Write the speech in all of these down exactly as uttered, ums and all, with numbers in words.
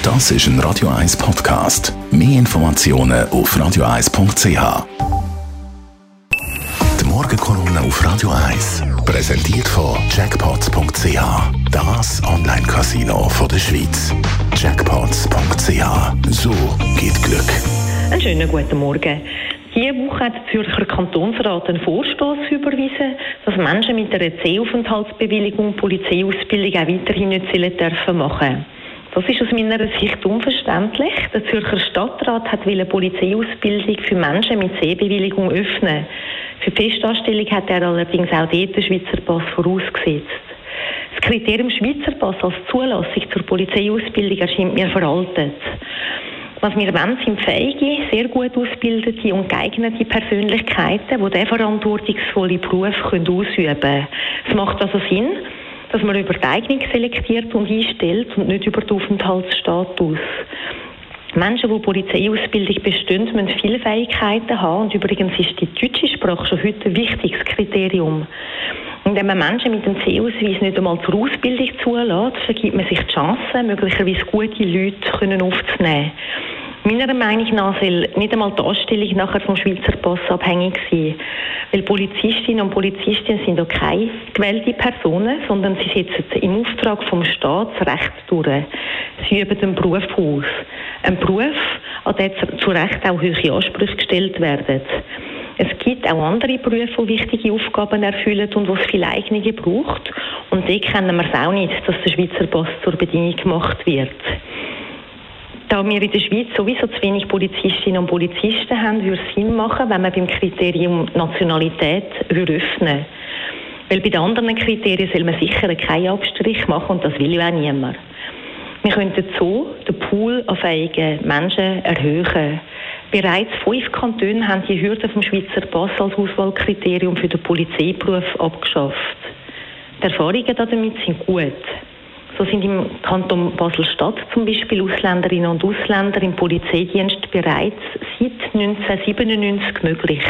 Das ist ein Radio eins Podcast. Mehr Informationen auf radio eins punkt c h. Die Morgenkolumne auf Radio eins. Präsentiert von jackpots punkt c h. Das Online-Casino der Schweiz. jackpots punkt c h. So geht Glück. Einen schönen guten Morgen. Diese Woche hat der Zürcher Kantonsrat einen Vorstoss überwiesen, dass Menschen mit einer C-Aufenthaltsbewilligung Polizeiausbildung auch weiterhin nicht dürfen machen. Das ist aus meiner Sicht unverständlich. Der Zürcher Stadtrat hat eine Polizeiausbildung für Menschen mit C-Bewilligung öffnen. Für die Festanstellung hat er allerdings auch dort den Schweizer Pass vorausgesetzt. Das Kriterium Schweizer Pass als Zulassung zur Polizeiausbildung erscheint mir veraltet. Was wir wollen, sind fähige, sehr gut ausgebildete und geeignete Persönlichkeiten, die diesen verantwortungsvollen Beruf ausüben können. Es macht also Sinn, dass man über die Eignung selektiert und einstellt und nicht über den Aufenthaltsstatus. Menschen, die Polizeiausbildung bestehen, müssen viele Fähigkeiten haben und übrigens ist die deutsche Sprache schon heute ein wichtiges Kriterium. Indem man Menschen mit dem C-Ausweis nicht einmal zur Ausbildung zulässt, vergibt man sich die Chance, möglicherweise gute Leute können aufzunehmen. Meiner Meinung nach soll nicht einmal die Anstellung nachher vom Schweizer Pass abhängig sein. Weil Polizistinnen und Polizisten sind auch keine gewählte Personen, sondern sie setzen im Auftrag vom Staat das Recht durch. Sie üben den Beruf aus. Ein Beruf, an den zu Recht auch hohe Ansprüche gestellt werden. Es gibt auch andere Berufe, die wichtige Aufgaben erfüllen und wo es viele Eignungen braucht. Und dort kennen wir es auch nicht, dass der Schweizer Pass zur Bedingung gemacht wird. Da wir in der Schweiz sowieso zu wenig Polizistinnen und Polizisten haben, würde es Sinn machen, wenn man beim Kriterium Nationalität öffnen würde. Weil bei den anderen Kriterien soll man sicher keinen Abstrich machen und das will ja auch niemand. Wir könnten so den Pool an fähigen Menschen erhöhen. Bereits fünf Kantone haben die Hürde vom Schweizer Pass als Auswahlkriterium für den Polizeiberuf abgeschafft. Die Erfahrungen damit sind gut. So sind im Kanton Basel-Stadt zum Beispiel Ausländerinnen und Ausländer im Polizeidienst bereits seit neunzehnhundertsiebenundneunzig möglich.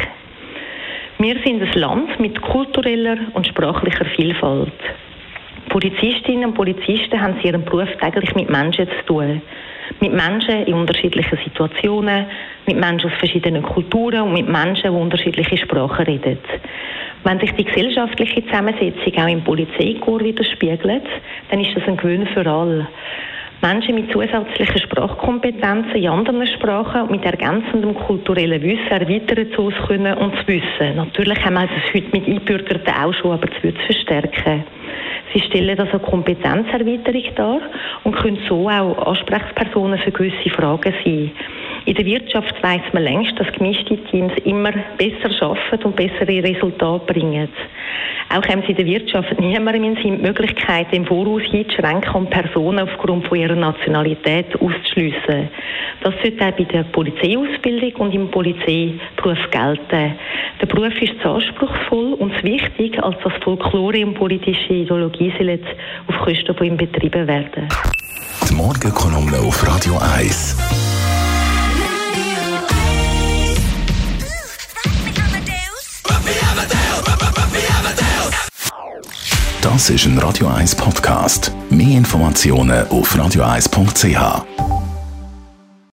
Wir sind ein Land mit kultureller und sprachlicher Vielfalt. Polizistinnen und Polizisten haben in ihrem Beruf täglich mit Menschen zu tun. Mit Menschen in unterschiedlichen Situationen, mit Menschen aus verschiedenen Kulturen und mit Menschen, die unterschiedliche Sprachen reden. Wenn sich die gesellschaftliche Zusammensetzung auch im Polizeikorps widerspiegelt, dann ist das ein Gewinn für alle. Menschen mit zusätzlichen Sprachkompetenzen in anderen Sprachen und mit ergänzendem kulturellen Wissen erweitern zu uns können und zu wissen. Natürlich haben wir das heute mit Einbürgerten auch schon, aber es wird verstärken. Sie stellen das eine Kompetenzerweiterung dar und können so auch Ansprechpersonen für gewisse Fragen sein. In der Wirtschaft weiss man längst, dass gemischte Teams immer besser arbeiten und bessere Resultate bringen. Auch haben sie in der Wirtschaft niemandem in Sinn, die Möglichkeit im Voraus einzuschränken und Personen aufgrund von ihrer Nationalität auszuschliessen. Das sollte auch bei der Polizeiausbildung und im Polizeiberuf gelten. Der Beruf ist zu anspruchsvoll und zu wichtig, als dass Folklore und politische Ideologie sollen auf Kosten von ihm betrieben werden. Die Morgenkolumne auf Radio eins. Das ist ein Radio eins Podcast. Mehr Informationen auf radio eins punkt c h.